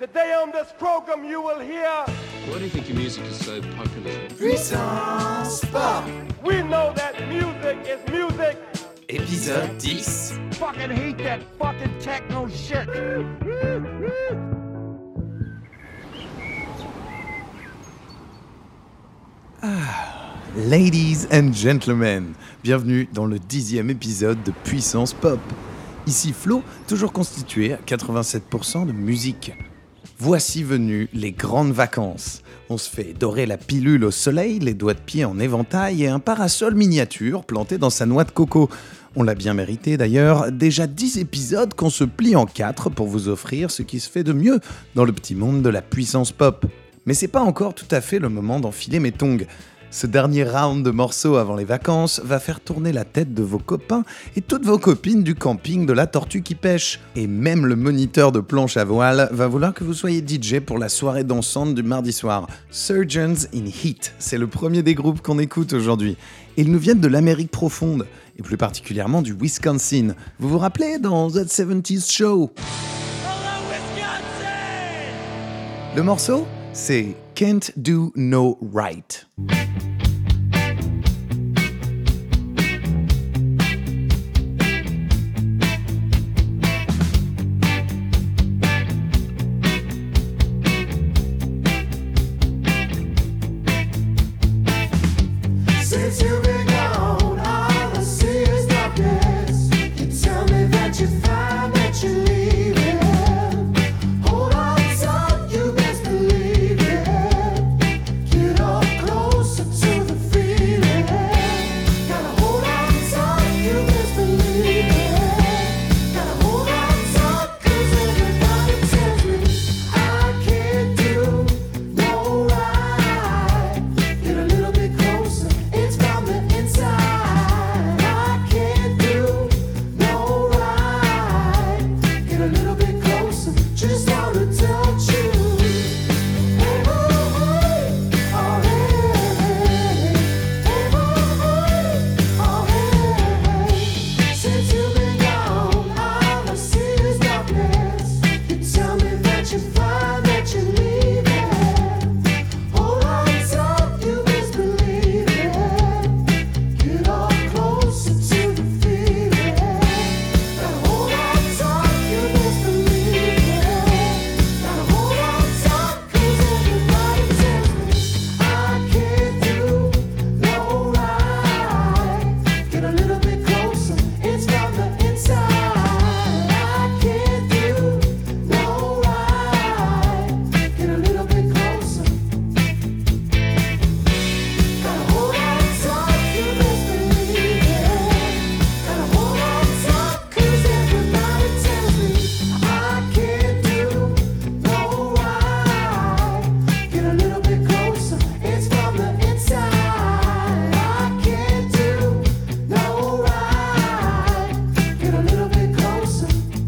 Today on this program you will hear. Why do you think your music is so popular? Puissance Pop, We know that music is music. épisode 10. Fucking hate that fucking techno shit. Ladies and gentlemen, bienvenue dans le 10e épisode de Puissance Pop. Ici Flo, toujours constitué à 87% de musique. Voici venues les grandes vacances. On se fait dorer la pilule au soleil, les doigts de pied en éventail et un parasol miniature planté dans sa noix de coco. On l'a bien mérité d'ailleurs, déjà 10 épisodes qu'on se plie en 4 pour vous offrir ce qui se fait de mieux dans le petit monde de la puissance pop. Mais c'est pas encore tout à fait le moment d'enfiler mes tongs. Ce dernier round de morceaux avant les vacances va faire tourner la tête de vos copains et toutes vos copines du camping de la Tortue qui pêche. Et même le moniteur de planche à voile va vouloir que vous soyez DJ pour la soirée dansante du mardi soir. Surgeons in Heat, c'est le premier des groupes qu'on écoute aujourd'hui. Ils nous viennent de l'Amérique profonde, et plus particulièrement du Wisconsin. Vous vous rappelez dans That 70s Show ? Le morceau, c'est Can't Do No Right. Since you've been gone, all I see is darkness. You tell me that you find that you're leaving. Hold on tight, you best believe it. Get up closer to the feeling. Gotta hold on tight, you best believe it. Gotta hold on tight, 'cause everybody tells me I can't do no right. Get a little bit closer. It's from the inside. I can't do no right. Get a little bit closer. Just wanna touch you. Hey, oh, hey. Oh, hey. Hey, oh, hey. Since you've been gone, all I see is darkness. You tell me that you find that you're leaving. Hold on tight, you best believe it. Get up closer to the feeling. Gotta hold on tight, you best believe it. Gotta hold on tight, 'cause everybody tells me I can't do no right. Get a little bit closer, it's from the inside. I can't do no right. Get a little bit closer. Gotta hold on tight, you best believe it. Gotta hold on tight, 'cause everybody tells me I can't do no right. Get a little bit closer, it's from the inside. I can't do no right. Get a little bit closer.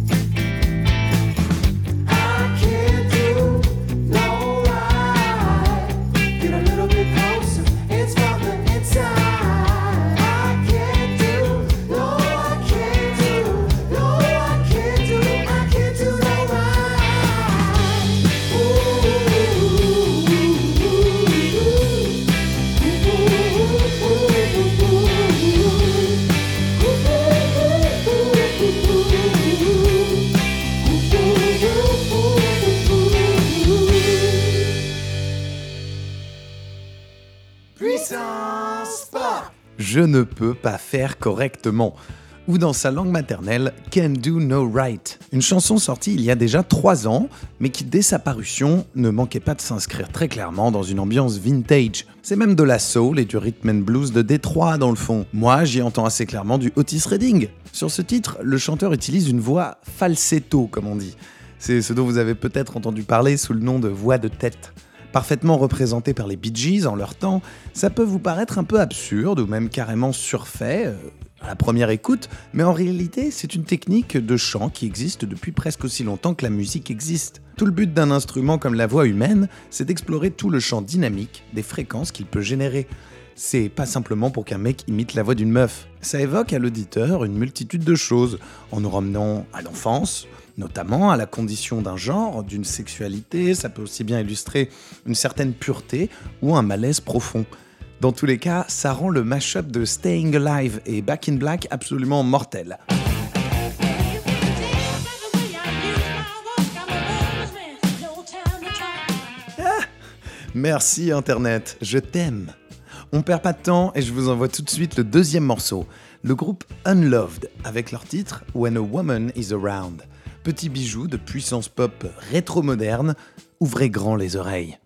I can't do no right. Get a little bit closer. It's from the inside. I can't do no. I can't do no. I can't do no right. Puissance Pop. Je ne peux pas faire correctement. Ou dans sa langue maternelle, Can Do No Right. Une chanson sortie il y a déjà 3 ans, mais qui dès sa parution ne manquait pas de s'inscrire très clairement dans une ambiance vintage. C'est même de la soul et du rhythm and blues de Détroit dans le fond. Moi, j'y entends assez clairement du Otis Redding. Sur ce titre, le chanteur utilise une voix falsetto, comme on dit. C'est ce dont vous avez peut-être entendu parler sous le nom de voix de tête. Parfaitement représenté par les Bee Gees en leur temps, ça peut vous paraître un peu absurde ou même carrément surfait à la première écoute, mais en réalité c'est une technique de chant qui existe depuis presque aussi longtemps que la musique existe. Tout le but d'un instrument comme la voix humaine, c'est d'explorer tout le champ dynamique des fréquences qu'il peut générer. C'est pas simplement pour qu'un mec imite la voix d'une meuf. Ça évoque à l'auditeur une multitude de choses, en nous ramenant à l'enfance, notamment à la condition d'un genre, d'une sexualité, ça peut aussi bien illustrer une certaine pureté ou un malaise profond. Dans tous les cas, ça rend le mash-up de Staying Alive et Back in Black absolument mortel. Merci Internet, je t'aime. On perd pas de temps et je vous envoie tout de suite le deuxième morceau, le groupe Unloved, avec leur titre When a Woman is Around. Petit bijou de puissance pop rétro-moderne, ouvrez grand les oreilles.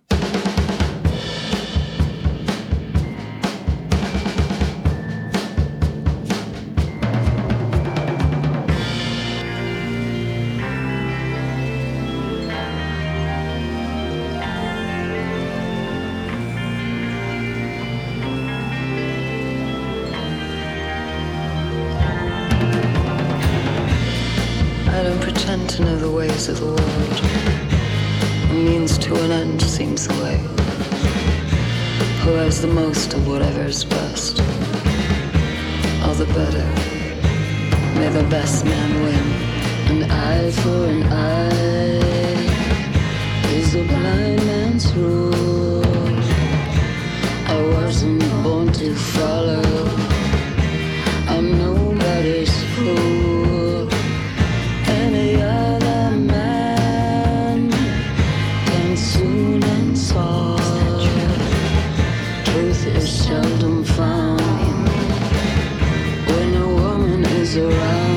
I don't pretend to know the ways of the world. A means to an end seems the way. Who has the most of whatever is best? All the better. May the best man win. An eye for an eye is the blind man's rule. I wasn't born to follow. I'm nobody's fool. Any other man can soon and solve. Truth is seldom found when a woman is around.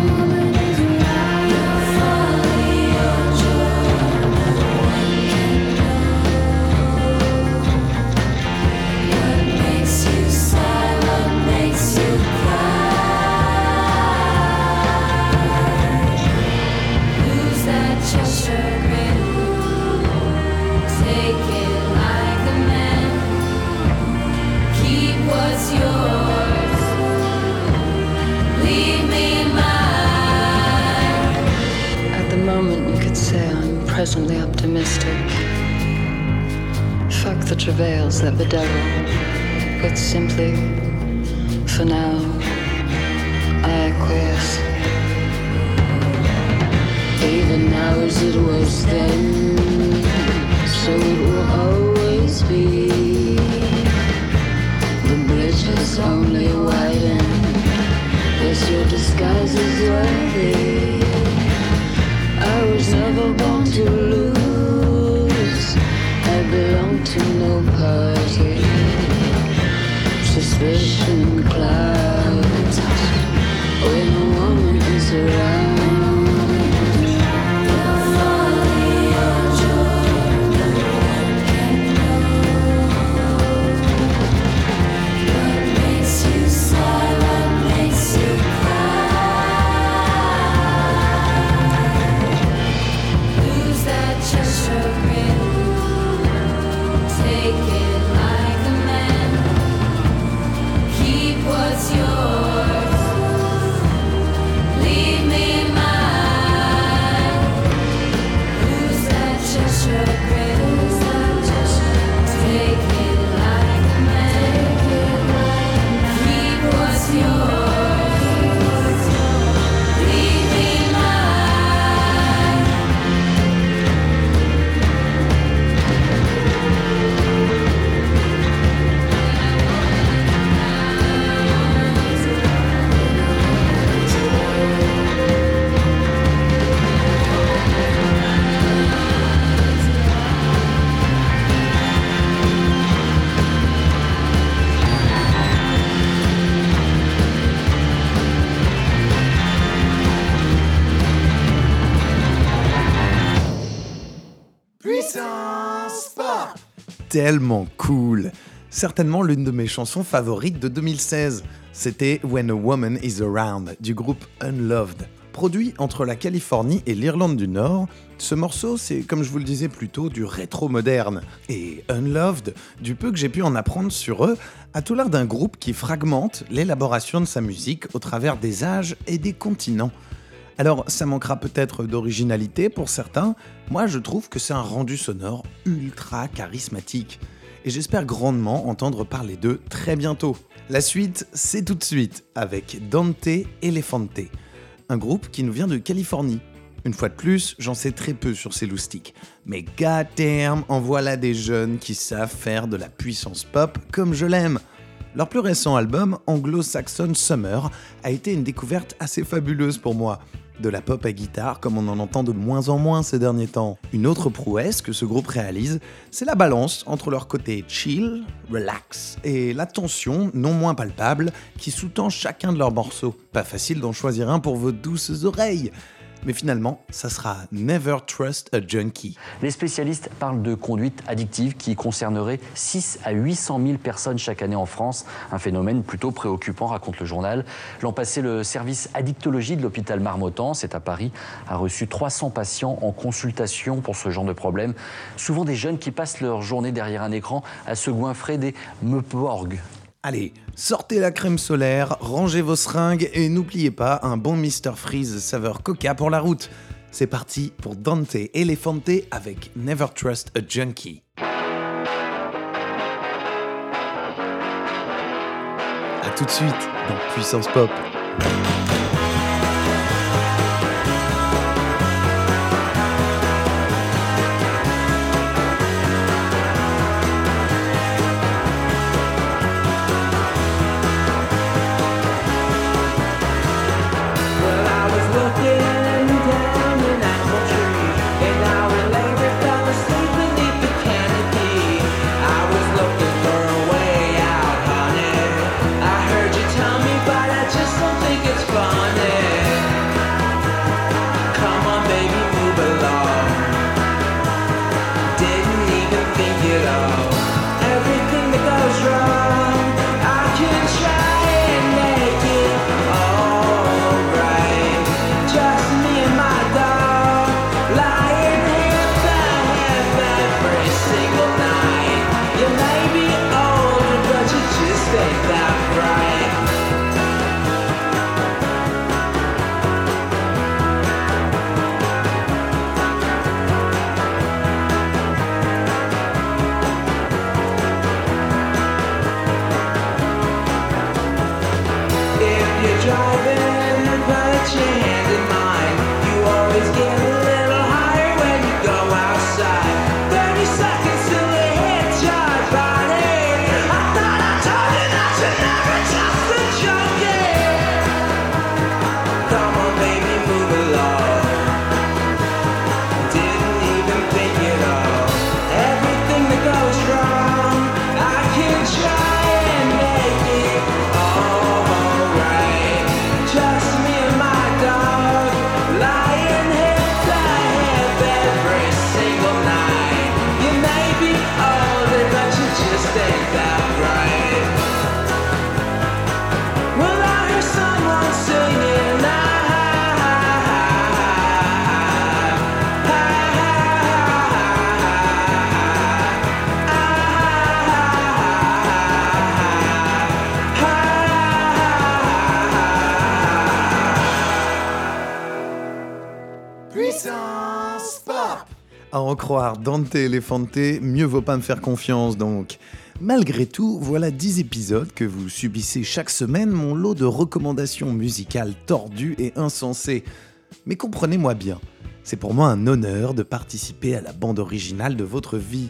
Presently optimistic. Fuck the travails that bedevil, but simply, for now, I acquiesce. Even now as it was then, so it will always be. The bridges only widen, yes, your disguise is worthy. I was never born to lose. I belong to no party. Suspicion clouds when a woman is around. Tellement cool. Certainement l'une de mes chansons favorites de 2016. C'était When a Woman is Around du groupe Unloved. Produit entre la Californie et l'Irlande du Nord, ce morceau c'est, comme je vous le disais plus tôt, du rétro-moderne. Et Unloved, du peu que j'ai pu en apprendre sur eux, a tout l'air d'un groupe qui fragmente l'élaboration de sa musique au travers des âges et des continents. Alors, ça manquera peut-être d'originalité pour certains, moi je trouve que c'est un rendu sonore ultra charismatique. Et j'espère grandement entendre parler d'eux très bientôt. La suite, c'est tout de suite avec Dante Elefante, un groupe qui nous vient de Californie. Une fois de plus, j'en sais très peu sur ces loustiques. Mais goddamn, en voilà des jeunes qui savent faire de la puissance pop comme je l'aime. Leur plus récent album, Anglo-Saxon Summer, a été une découverte assez fabuleuse pour moi. De la pop à guitare comme on en entend de moins en moins ces derniers temps. Une autre prouesse que ce groupe réalise, c'est la balance entre leur côté chill, relax, et la tension non moins palpable qui sous-tend chacun de leurs morceaux. Pas facile d'en choisir un pour vos douces oreilles. Mais finalement, ça sera Never Trust a Junkie. Les spécialistes parlent de conduite addictive qui concernerait 6 à 800 000 personnes chaque année en France. Un phénomène plutôt préoccupant, raconte le journal. L'an passé, le service addictologie de l'hôpital Marmottan, c'est à Paris, a reçu 300 patients en consultation pour ce genre de problème. Souvent des jeunes qui passent leur journée derrière un écran à se goinfrer des meuporgs. Allez, sortez la crème solaire, rangez vos seringues et n'oubliez pas un bon Mr Freeze saveur Coca pour la route. C'est parti pour Dante Elefante avec Never Trust a Junkie. A tout de suite dans Puissance Pop. À en croire Dante Elefante, mieux vaut pas me faire confiance donc. Malgré tout, voilà 10 épisodes que vous subissez chaque semaine mon lot de recommandations musicales tordues et insensées. Mais comprenez-moi bien, c'est pour moi un honneur de participer à la bande originale de votre vie.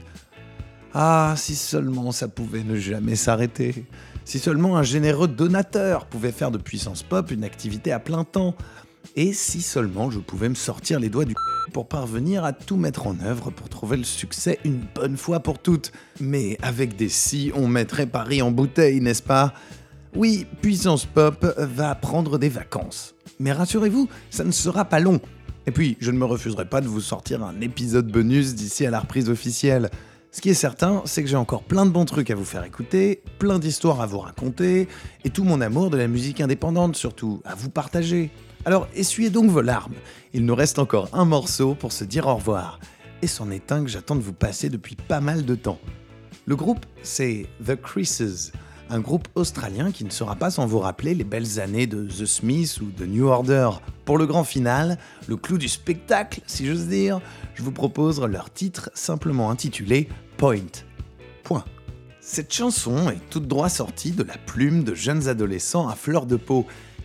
Ah, si seulement ça pouvait ne jamais s'arrêter. Si seulement un généreux donateur pouvait faire de Puissance Pop une activité à plein temps. Et si seulement je pouvais me sortir les doigts du pour parvenir à tout mettre en œuvre pour trouver le succès une bonne fois pour toutes. Mais avec des si, on mettrait Paris en bouteille, n'est-ce pas ? Oui, Puissance Pop va prendre des vacances. Mais rassurez-vous, ça ne sera pas long. Et puis, je ne me refuserai pas de vous sortir un épisode bonus d'ici à la reprise officielle. Ce qui est certain, c'est que j'ai encore plein de bons trucs à vous faire écouter, plein d'histoires à vous raconter, et tout mon amour de la musique indépendante surtout, à vous partager. Alors essuyez donc vos larmes, il nous reste encore un morceau pour se dire au revoir. Et c'en est un que j'attends de vous passer depuis pas mal de temps. Le groupe, c'est The Creases, un groupe australien qui ne sera pas sans vous rappeler les belles années de The Smiths ou de New Order. Pour le grand final, le clou du spectacle, si j'ose dire, je vous propose leur titre simplement intitulé Point. Point. Cette chanson est toute droit sortie de la plume de jeunes adolescents à fleur de peau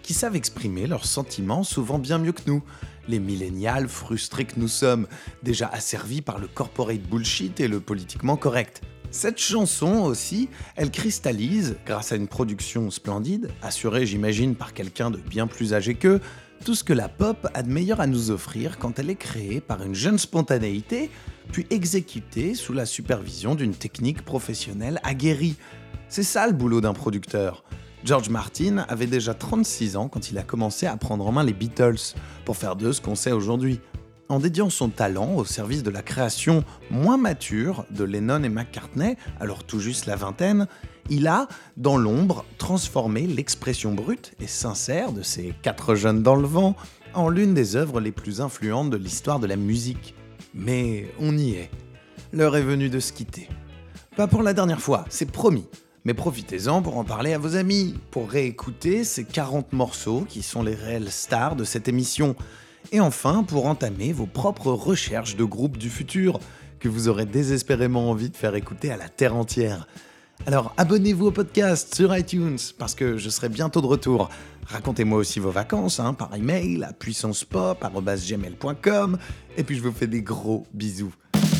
qui savent exprimer leurs sentiments souvent bien mieux que nous. Les millénials frustrés que nous sommes, déjà asservis par le corporate bullshit et le politiquement correct. Cette chanson aussi, elle cristallise, grâce à une production splendide, assurée j'imagine par quelqu'un de bien plus âgé qu'eux, tout ce que la pop a de meilleur à nous offrir quand elle est créée par une jeune spontanéité, puis exécutée sous la supervision d'une technique professionnelle aguerrie. C'est ça le boulot d'un producteur. George Martin avait déjà 36 ans quand il a commencé à prendre en main les Beatles, pour faire d'eux ce qu'on sait aujourd'hui. En dédiant son talent au service de la création moins mature de Lennon et McCartney, alors tout juste la vingtaine, il a, dans l'ombre, transformé l'expression brute et sincère de ces 4 jeunes dans le vent en l'une des œuvres les plus influentes de l'histoire de la musique. Mais on y est. L'heure est venue de se quitter. Pas pour la dernière fois, c'est promis. Mais profitez-en pour en parler à vos amis, pour réécouter ces 40 morceaux qui sont les réelles stars de cette émission. Et enfin, pour entamer vos propres recherches de groupes du futur, que vous aurez désespérément envie de faire écouter à la terre entière. Alors abonnez-vous au podcast sur iTunes, parce que je serai bientôt de retour. Racontez-moi aussi vos vacances, par email à puissancepop@gmail.com, et puis je vous fais des gros bisous.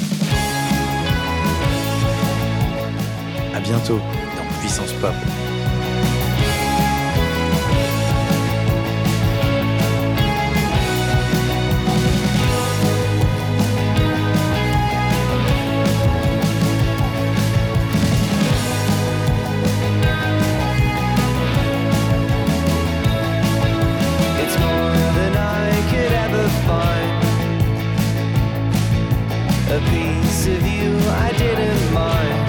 À bientôt dans Puissance Pop. It's more than I could ever find. A piece of you I didn't mind.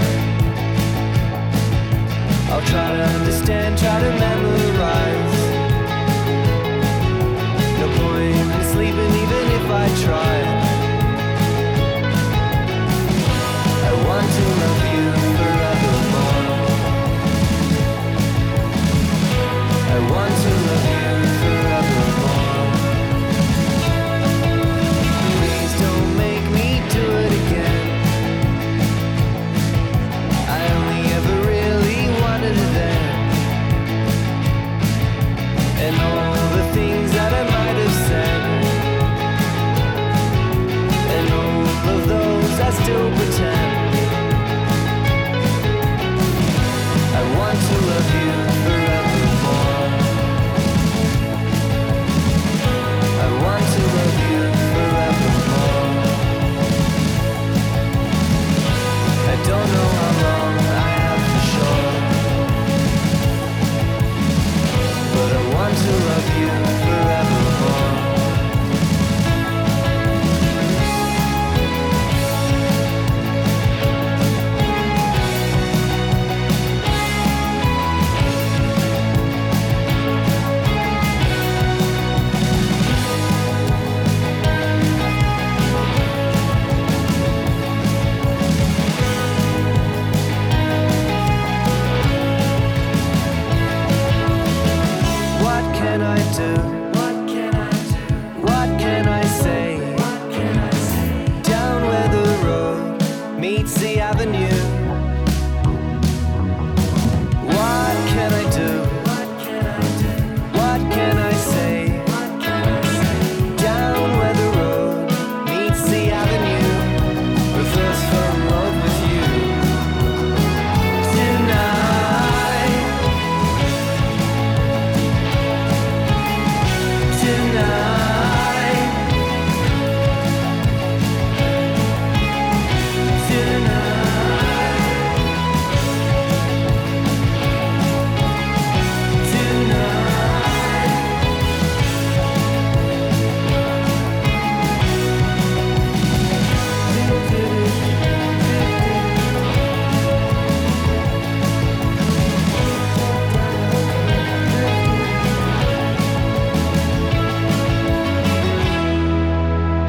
I'll try to understand, try to memorize. No point in sleeping even if I tried. I want to love you forevermore. I want to love you forevermore. Please don't make me do it again. I only ever really wanted it then. And all the things that I might have said, and all of those I still pretend. I want to love you forevermore. I want to love you forevermore. I don't know how long I have for sure, but I want to love you forevermore. What can I do? What can I say? Down where the road meets the avenue. What can I do? What can I say? Down where the road meets the avenue. We first fell in love with you. Tonight. Tonight,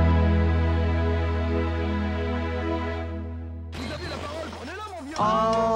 all